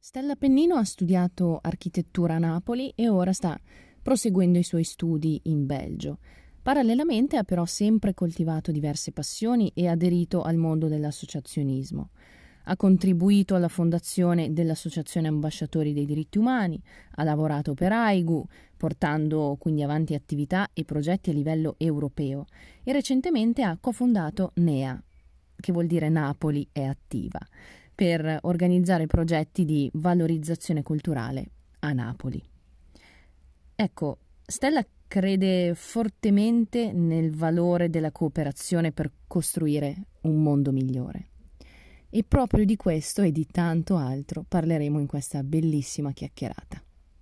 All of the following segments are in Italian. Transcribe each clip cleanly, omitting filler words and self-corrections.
Stella Pennino ha studiato architettura a Napoli e ora sta proseguendo i suoi studi in Belgio. Parallelamente ha però sempre coltivato diverse passioni e aderito al mondo dell'associazionismo. Ha contribuito alla fondazione dell'Associazione Ambasciatori dei Diritti Umani, ha lavorato per AIGU, portando quindi avanti attività e progetti a livello europeo, e recentemente ha cofondato NEA, che vuol dire Napoli è attiva, per organizzare progetti di valorizzazione culturale a Napoli. Ecco, Stella crede fortemente nel valore della cooperazione per costruire un mondo migliore. E proprio di questo e di tanto altro parleremo in questa bellissima chiacchierata.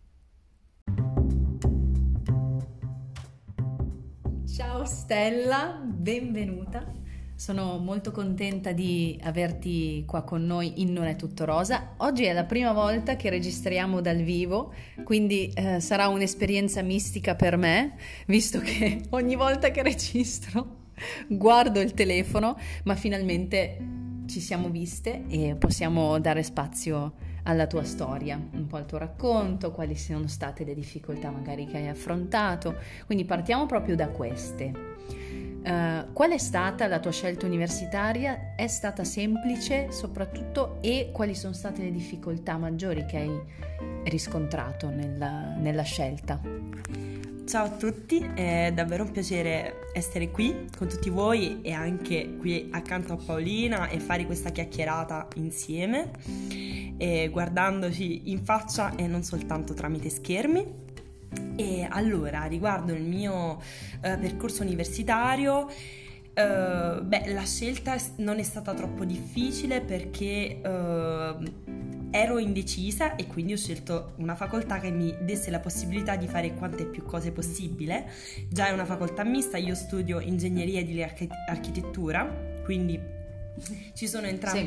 Ciao Stella, benvenuta. Sono molto contenta di averti qua con noi in Non è tutto rosa. Oggi è la prima volta che registriamo dal vivo, quindi sarà un'esperienza mistica per me, visto che ogni volta che registro guardo il telefono, ma finalmente ci siamo viste e possiamo dare spazio alla tua storia, un po' al tuo racconto, quali sono state le difficoltà magari che hai affrontato. Quindi partiamo proprio da queste. Qual è stata la tua scelta universitaria? È stata semplice soprattutto, e quali sono state le difficoltà maggiori che hai riscontrato nella scelta? Ciao a tutti, è davvero un piacere essere qui con tutti voi e anche qui accanto a Paolina e fare questa chiacchierata insieme, guardandoci in faccia e non soltanto tramite schermi. E allora, riguardo il mio percorso universitario, la scelta non è stata troppo difficile perché ero indecisa e quindi ho scelto una facoltà che mi desse la possibilità di fare quante più cose possibile. Già è una facoltà mista, io studio ingegneria e di architettura, quindi ci sono entrambe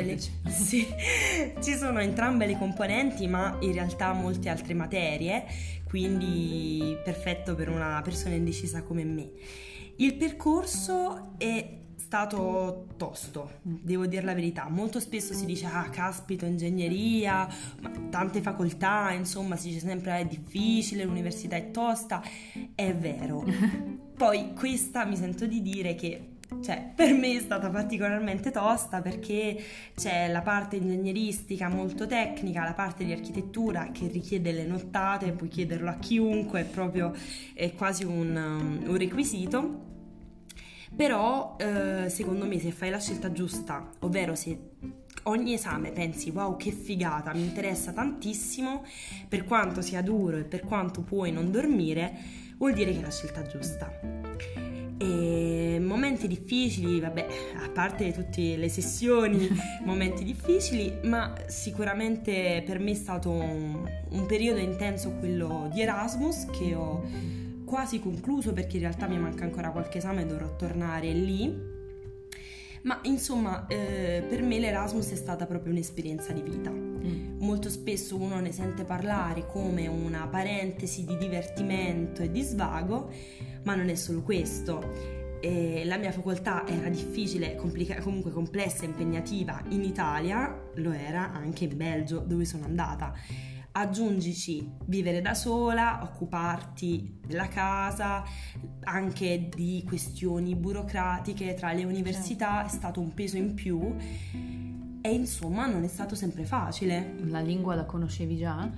le componenti, ma in realtà molte altre materie, quindi perfetto per una persona indecisa come me. Il percorso è stato tosto, devo dire la verità. Molto spesso si dice caspita, ingegneria, ma tante facoltà, insomma si dice sempre è difficile, l'università è tosta. È vero. Poi questa mi sento di dire che per me è stata particolarmente tosta perché c'è la parte ingegneristica molto tecnica, la parte di architettura che richiede le nottate, puoi chiederlo a chiunque, è quasi un requisito. Però secondo me se fai la scelta giusta, ovvero se ogni esame pensi wow che figata, mi interessa tantissimo, per quanto sia duro e per quanto puoi non dormire, vuol dire che è la scelta giusta. E momenti difficili, a parte tutte le sessioni, momenti difficili, ma sicuramente per me è stato un periodo intenso quello di Erasmus, che ho quasi concluso perché in realtà mi manca ancora qualche esame e dovrò tornare lì. Ma insomma, per me l'Erasmus è stata proprio un'esperienza di vita. Molto spesso uno ne sente parlare come una parentesi di divertimento e di svago, ma non è solo questo. La mia facoltà era difficile, comunque complessa e impegnativa in Italia, lo era anche in Belgio dove sono andata. Aggiungici vivere da sola, occuparti della casa, anche di questioni burocratiche tra le università, è stato un peso in più e insomma non è stato sempre facile. La lingua la conoscevi già?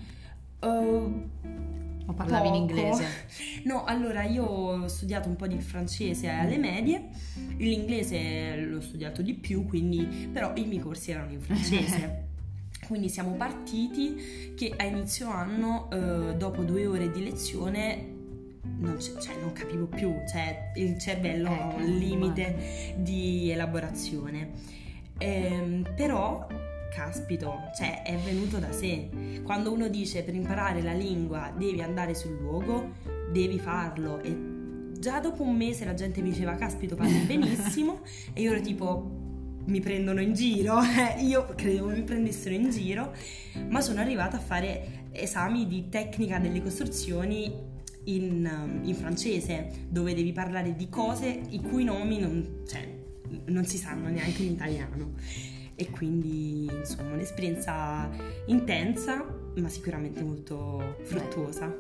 O parlavi Poco. in inglese? No, allora io ho studiato un po' di francese alle medie, l'inglese l'ho studiato di più, però i miei corsi erano in francese. Quindi siamo partiti che a inizio anno, dopo 2 ore di lezione, non capivo più, il cervello ha un limite di elaborazione. Però, caspito, è venuto da sé. Quando uno dice per imparare la lingua devi andare sul luogo, devi farlo. E già dopo un mese la gente mi diceva caspito, parli benissimo, e io ero tipo mi prendono in giro, io credevo mi prendessero in giro, ma sono arrivata a fare esami di tecnica delle costruzioni in francese, dove devi parlare di cose i cui nomi non si sanno neanche in italiano. e quindi insomma un'esperienza intensa ma sicuramente molto fruttuosa.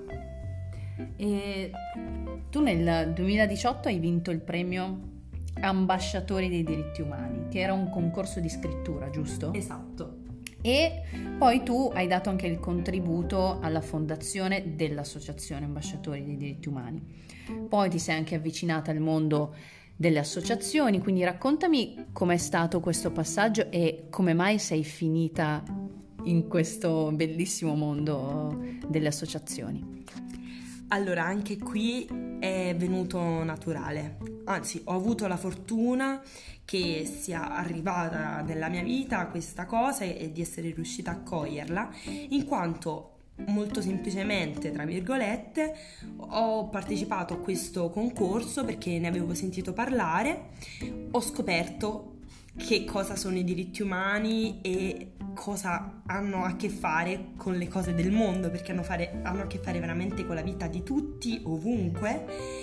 E tu nel 2018 hai vinto il premio Ambasciatori dei diritti umani, che era un concorso di scrittura, giusto? Esatto. E poi tu hai dato anche il contributo alla fondazione dell'Associazione Ambasciatori dei diritti umani. Poi ti sei anche avvicinata al mondo delle associazioni, quindi raccontami com'è stato questo passaggio e come mai sei finita in questo bellissimo mondo delle associazioni. Allora, anche qui è venuto naturale, anzi ho avuto la fortuna che sia arrivata nella mia vita questa cosa e di essere riuscita a coglierla, in quanto molto semplicemente, tra virgolette, ho partecipato a questo concorso perché ne avevo sentito parlare, ho scoperto che cosa sono i diritti umani e cosa hanno a che fare con le cose del mondo, perché hanno a che fare veramente con la vita di tutti, ovunque,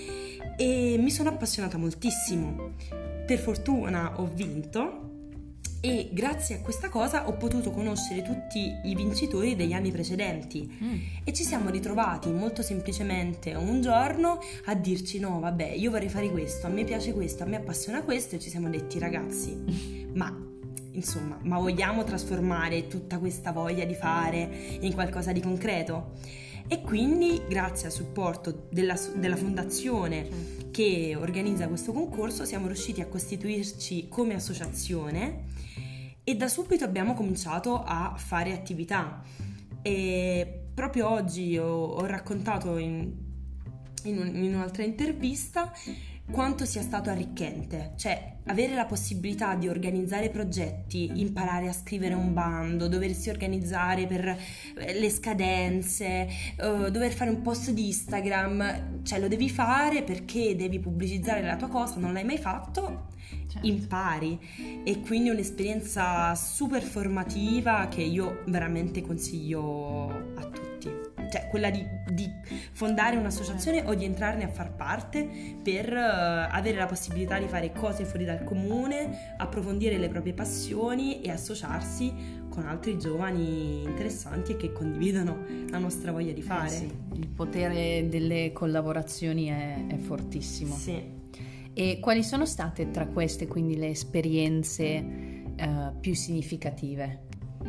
e mi sono appassionata moltissimo. Per fortuna ho vinto e grazie a questa cosa ho potuto conoscere tutti i vincitori degli anni precedenti e ci siamo ritrovati molto semplicemente un giorno a dirci no vabbè io vorrei fare questo, a me piace questo, a me appassiona questo, e ci siamo detti ragazzi ma vogliamo trasformare tutta questa voglia di fare in qualcosa di concreto? E quindi grazie al supporto della fondazione che organizza questo concorso siamo riusciti a costituirci come associazione e da subito abbiamo cominciato a fare attività. E proprio oggi ho raccontato in un'altra intervista quanto sia stato arricchente, cioè avere la possibilità di organizzare progetti, imparare a scrivere un bando, doversi organizzare per le scadenze, dover fare un post di Instagram, cioè lo devi fare perché devi pubblicizzare la tua cosa, non l'hai mai fatto, certo. Impari, e quindi un'esperienza super formativa che io veramente consiglio a tutti. Cioè quella di fondare un'associazione o di entrarne a far parte per avere la possibilità di fare cose fuori dal comune, approfondire le proprie passioni e associarsi con altri giovani interessanti e che condividono la nostra voglia di fare. Sì. Il potere delle collaborazioni è fortissimo. Sì. E quali sono state tra queste quindi le esperienze più significative?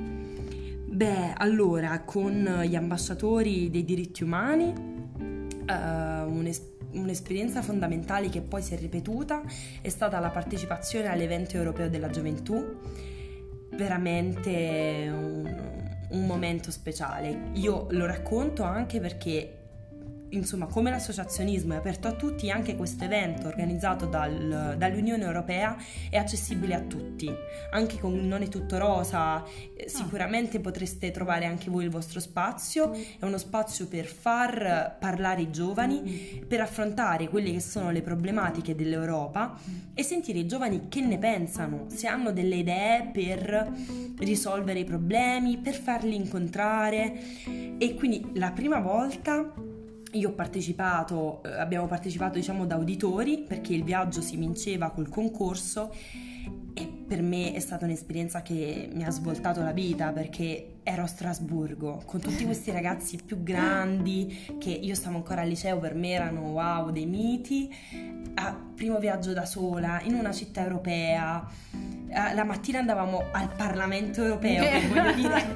Beh, allora, con gli ambasciatori dei diritti umani, un'esperienza fondamentale che poi si è ripetuta è stata la partecipazione all'evento europeo della gioventù, veramente un momento speciale. Io lo racconto anche perché insomma, come l'associazionismo è aperto a tutti, anche questo evento organizzato dall'Unione Europea è accessibile a tutti, anche con Non è tutto rosa. Sicuramente potreste trovare anche voi il vostro spazio. È uno spazio per far parlare i giovani, per affrontare quelle che sono le problematiche dell'Europa e sentire i giovani che ne pensano, se hanno delle idee per risolvere i problemi, per farli incontrare. E quindi la prima volta abbiamo partecipato diciamo da uditori, perché il viaggio si vinceva col concorso, e per me è stata un'esperienza che mi ha svoltato la vita, perché ero a Strasburgo con tutti questi ragazzi più grandi che io stavo ancora al liceo, per me erano wow, dei miti. Primo viaggio da sola in una città europea, la mattina andavamo al Parlamento europeo, che voglio dire,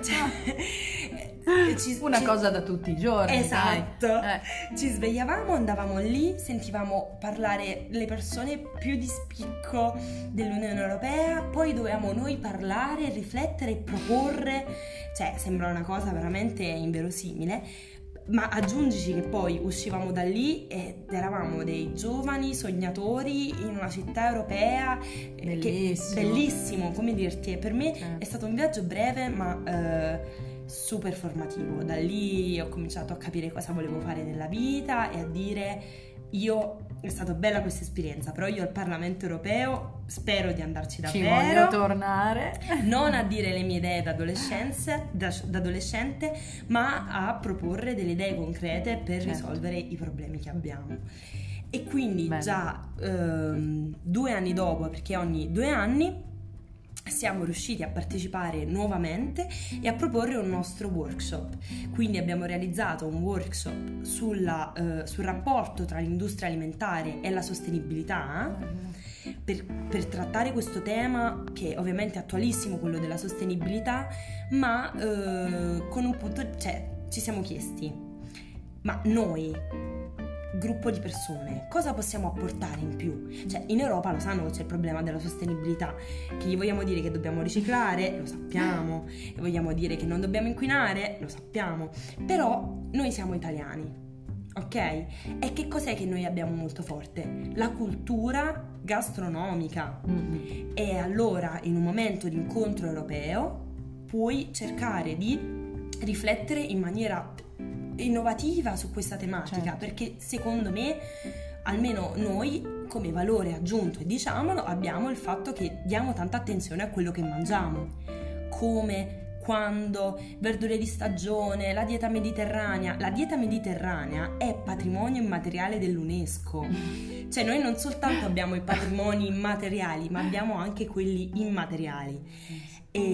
una cosa da tutti i giorni. Esatto. Ci svegliavamo, andavamo lì, sentivamo parlare le persone più di spicco dell'Unione Europea, poi dovevamo noi parlare, riflettere e proporre, cioè sembra una cosa veramente inverosimile. Ma aggiungici che poi uscivamo da lì ed eravamo dei giovani sognatori in una città europea. Bellissimo, come dirti. E per me è stato un viaggio breve ma super formativo. Da lì ho cominciato a capire cosa volevo fare nella vita e a dire è stata bella questa esperienza, però io al Parlamento europeo spero di andarci davvero. Ci voglio tornare. Non a dire le mie idee da adolescente, ma a proporre delle idee concrete per risolvere i problemi che abbiamo. E quindi già 2 anni dopo, perché ogni 2 anni siamo riusciti a partecipare nuovamente e a proporre un nostro workshop. Quindi abbiamo realizzato un workshop sul rapporto tra l'industria alimentare e la sostenibilità, per trattare questo tema che ovviamente è attualissimo, quello della sostenibilità, ma con un punto, cioè ci siamo chiesti: ma noi, gruppo di persone, cosa possiamo apportare in più? Cioè, in Europa lo sanno che c'è il problema della sostenibilità, che gli vogliamo dire che dobbiamo riciclare, lo sappiamo, e vogliamo dire che non dobbiamo inquinare, lo sappiamo, però noi siamo italiani, ok? E che cos'è che noi abbiamo molto forte? La cultura gastronomica. E allora, in un momento di incontro europeo, puoi cercare di riflettere in maniera innovativa su questa tematica, certo. Perché secondo me, almeno noi come valore aggiunto, e diciamolo, abbiamo il fatto che diamo tanta attenzione a quello che mangiamo, come, quando, verdure di stagione, la dieta mediterranea. La dieta mediterranea è patrimonio immateriale dell'UNESCO. Cioè noi non soltanto abbiamo i patrimoni immateriali, ma abbiamo anche quelli immateriali.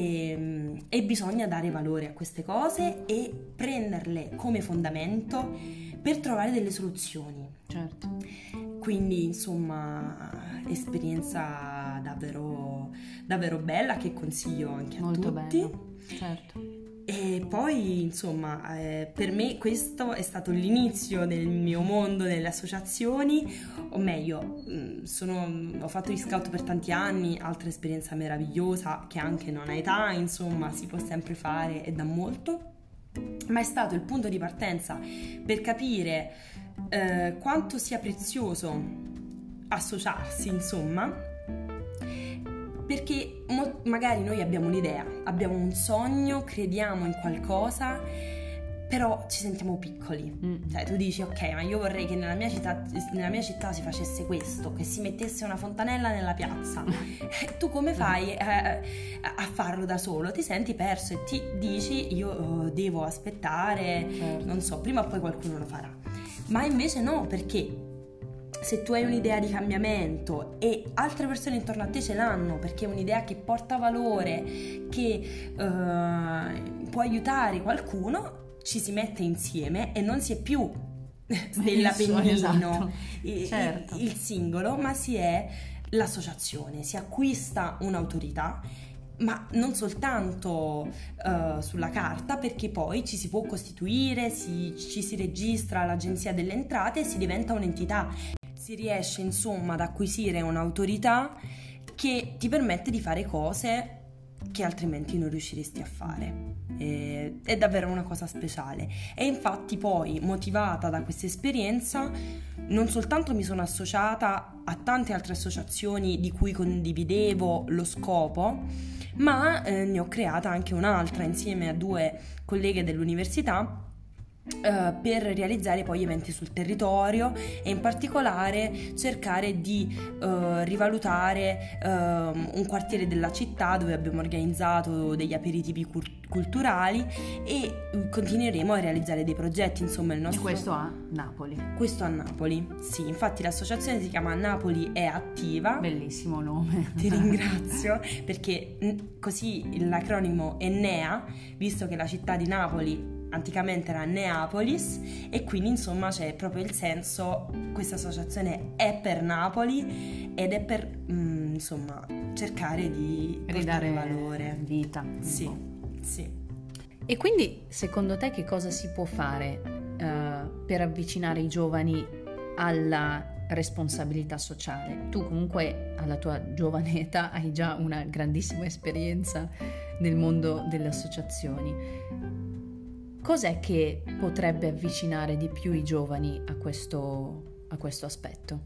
E bisogna dare valore a queste cose e prenderle come fondamento per trovare delle soluzioni. Certo. Quindi insomma, esperienza davvero, davvero bella, che consiglio anche a molto tutti. Bello. Certo. E poi insomma, per me questo è stato l'inizio del mio mondo nelle associazioni, o meglio, ho fatto gli scout per tanti anni, altra esperienza meravigliosa che anche non ha età, insomma si può sempre fare e dà molto, ma è stato il punto di partenza per capire quanto sia prezioso associarsi, insomma, perché magari noi abbiamo un'idea, abbiamo un sogno, crediamo in qualcosa, però ci sentiamo piccoli. Cioè tu dici: ok, ma io vorrei che nella mia città si facesse questo, che si mettesse una fontanella nella piazza. Tu come fai a farlo da solo? Ti senti perso e ti dici: io devo aspettare, certo. Non so, prima o poi qualcuno lo farà. Ma invece no, perché se tu hai un'idea di cambiamento e altre persone intorno a te ce l'hanno, perché è un'idea che porta valore, che può aiutare qualcuno, ci si mette insieme e non si è più Stella Pennino, esatto. Certo. il singolo, ma si è l'associazione, si acquista un'autorità, ma non soltanto sulla carta, perché poi ci si può costituire, ci si registra all'Agenzia delle Entrate e si diventa un'entità. Si riesce insomma ad acquisire un'autorità che ti permette di fare cose che altrimenti non riusciresti a fare. È davvero una cosa speciale. E infatti poi, motivata da questa esperienza, non soltanto mi sono associata a tante altre associazioni di cui condividevo lo scopo, ma ne ho creata anche un'altra insieme a 2 colleghe dell'università, per realizzare poi eventi sul territorio e in particolare cercare di rivalutare un quartiere della città dove abbiamo organizzato degli aperitivi culturali, e continueremo a realizzare dei progetti, insomma. Il nostro... E questo a Napoli? Questo a Napoli, sì, infatti l'associazione si chiama Napoli è Attiva. Bellissimo nome. Ti ringrazio, perché così l'acronimo è NEA, visto che la città di Napoli anticamente era Neapolis, e quindi insomma c'è proprio il senso: questa associazione è per Napoli ed è per insomma cercare di ridare valore, vita. Sì, sì. E quindi secondo te che cosa si può fare per avvicinare i giovani alla responsabilità sociale? Tu comunque alla tua giovane età hai già una grandissima esperienza nel mondo delle associazioni. Cos'è che potrebbe avvicinare di più i giovani a questo aspetto?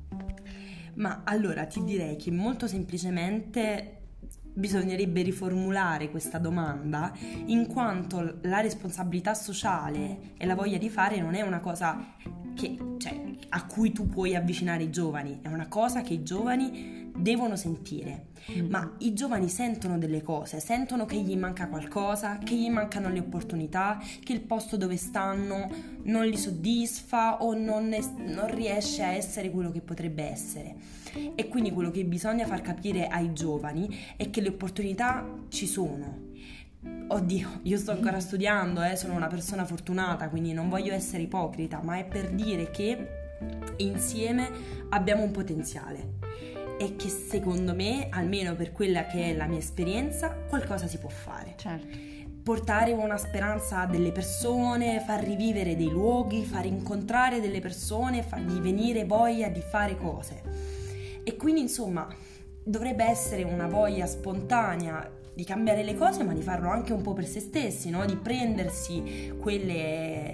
Ma allora ti direi che molto semplicemente bisognerebbe riformulare questa domanda, in quanto la responsabilità sociale e la voglia di fare non è una cosa a cui tu puoi avvicinare i giovani, è una cosa che i giovani devono sentire, ma i giovani sentono delle cose, sentono che gli manca qualcosa, che gli mancano le opportunità, che il posto dove stanno non li soddisfa o non riesce a essere quello che potrebbe essere. E quindi quello che bisogna far capire ai giovani è che le opportunità ci sono. Oddio, io sto ancora studiando, sono una persona fortunata, quindi non voglio essere ipocrita, ma è per dire che insieme abbiamo un potenziale e che secondo me, almeno per quella che è la mia esperienza, qualcosa si può fare. Certo. Portare una speranza a delle persone, far rivivere dei luoghi, far incontrare delle persone, fargli venire voglia di fare cose. E quindi insomma dovrebbe essere una voglia spontanea di cambiare le cose, ma di farlo anche un po' per se stessi, no? Di prendersi quello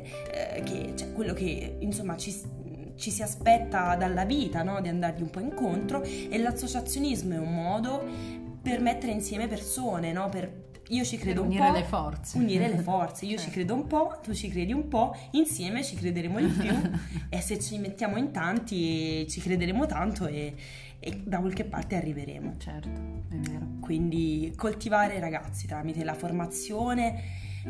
che insomma ci si aspetta dalla vita, no? Di andargli un po' incontro, e l'associazionismo è un modo per mettere insieme persone, no? Io ci credo un po'. Unire le forze. Io ci credo un po', tu ci credi un po', insieme ci crederemo di più e se ci mettiamo in tanti ci crederemo tanto e da qualche parte arriveremo. Certo, è vero. Quindi coltivare i ragazzi tramite la formazione,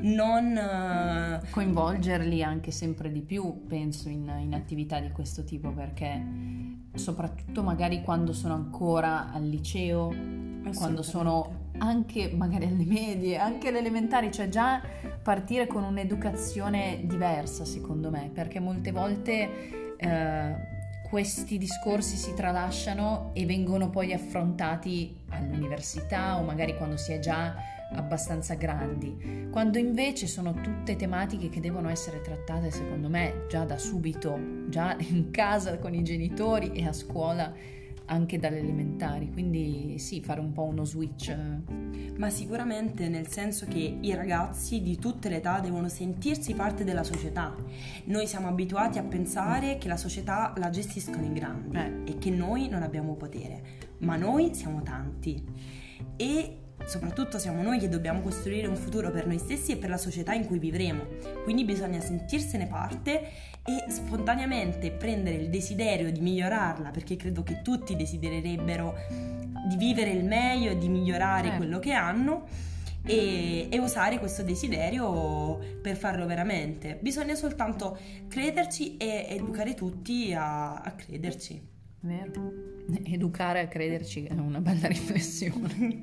non coinvolgerli anche sempre di più, penso, in attività di questo tipo, perché soprattutto magari quando sono ancora al liceo, quando sono anche magari alle medie, anche alle elementari, cioè già partire con un'educazione diversa, secondo me, perché molte volte questi discorsi si tralasciano e vengono poi affrontati all'università o magari quando si è già abbastanza grandi, quando invece sono tutte tematiche che devono essere trattate, secondo me, già da subito, già in casa con i genitori e a scuola anche dalle elementari. Quindi sì, fare un po' uno switch. Ma sicuramente, nel senso che i ragazzi di tutte le età devono sentirsi parte della società. Noi siamo abituati a pensare che la società la gestiscono i grandi e che noi non abbiamo potere, ma noi siamo tanti e soprattutto siamo noi che dobbiamo costruire un futuro per noi stessi e per la società in cui vivremo. Quindi bisogna sentirsene parte e spontaneamente prendere il desiderio di migliorarla, perché credo che tutti desidererebbero di vivere il meglio e di migliorare quello che hanno, e usare questo desiderio per farlo veramente. Bisogna soltanto crederci e educare tutti a crederci. Vero. Educare a crederci è una bella riflessione.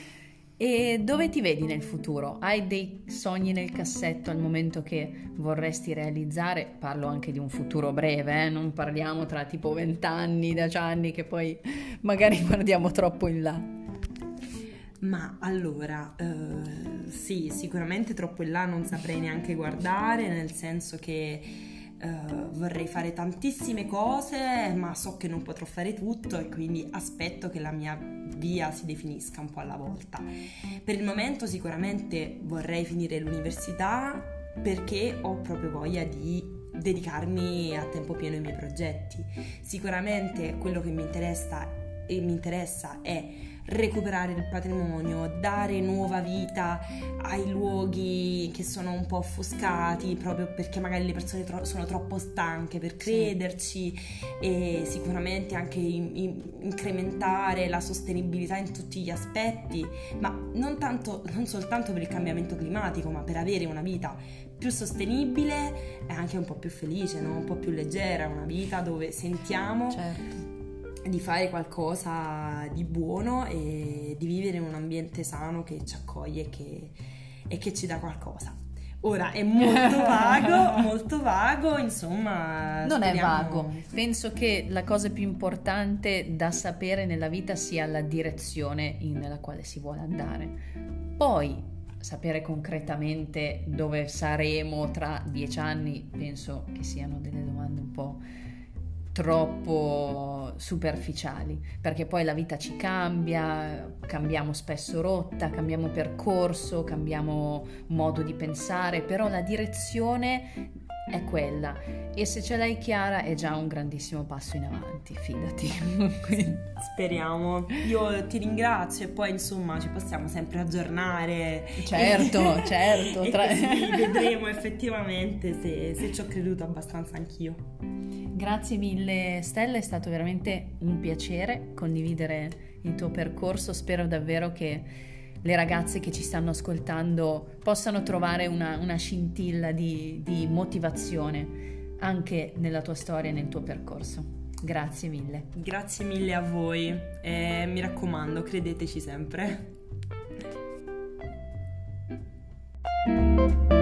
E dove ti vedi nel futuro? Hai dei sogni nel cassetto al momento che vorresti realizzare? Parlo anche di un futuro breve, non parliamo tra tipo 20 anni, 10 anni, che poi magari guardiamo troppo in là. Ma allora, sì, sicuramente troppo in là non saprei neanche guardare, nel senso che vorrei fare tantissime cose, ma so che non potrò fare tutto e quindi aspetto che la mia via si definisca un po' alla volta. Per il momento sicuramente vorrei finire l'università, perché ho proprio voglia di dedicarmi a tempo pieno ai miei progetti. Sicuramente quello che mi interessa è recuperare il patrimonio, dare nuova vita ai luoghi che sono un po' offuscati, proprio perché magari le persone sono troppo stanche per crederci, e sicuramente anche incrementare la sostenibilità in tutti gli aspetti, ma non soltanto per il cambiamento climatico, ma per avere una vita più sostenibile e anche un po' più felice, no? Un po' più leggera, una vita dove sentiamo di fare qualcosa di buono e di vivere in un ambiente sano che ci accoglie e che ci dà qualcosa. Ora è molto vago, insomma. Non è vago. Penso che la cosa più importante da sapere nella vita sia la direzione nella quale si vuole andare. Poi sapere concretamente dove saremo tra 10 anni, penso che siano delle domande un po' troppo superficiali, perché poi la vita ci cambia, cambiamo spesso rotta, cambiamo percorso, cambiamo modo di pensare, però la direzione è quella, e se ce l'hai chiara è già un grandissimo passo in avanti, fidati. Speriamo. Io ti ringrazio e poi insomma ci possiamo sempre aggiornare. Certo. E così vedremo effettivamente se ci ho creduto abbastanza anch'io. Grazie mille Stella, è stato veramente un piacere condividere il tuo percorso. Spero davvero che le ragazze che ci stanno ascoltando possano trovare una scintilla di motivazione anche nella tua storia e nel tuo percorso. Grazie mille. Grazie mille a voi e mi raccomando, credeteci sempre.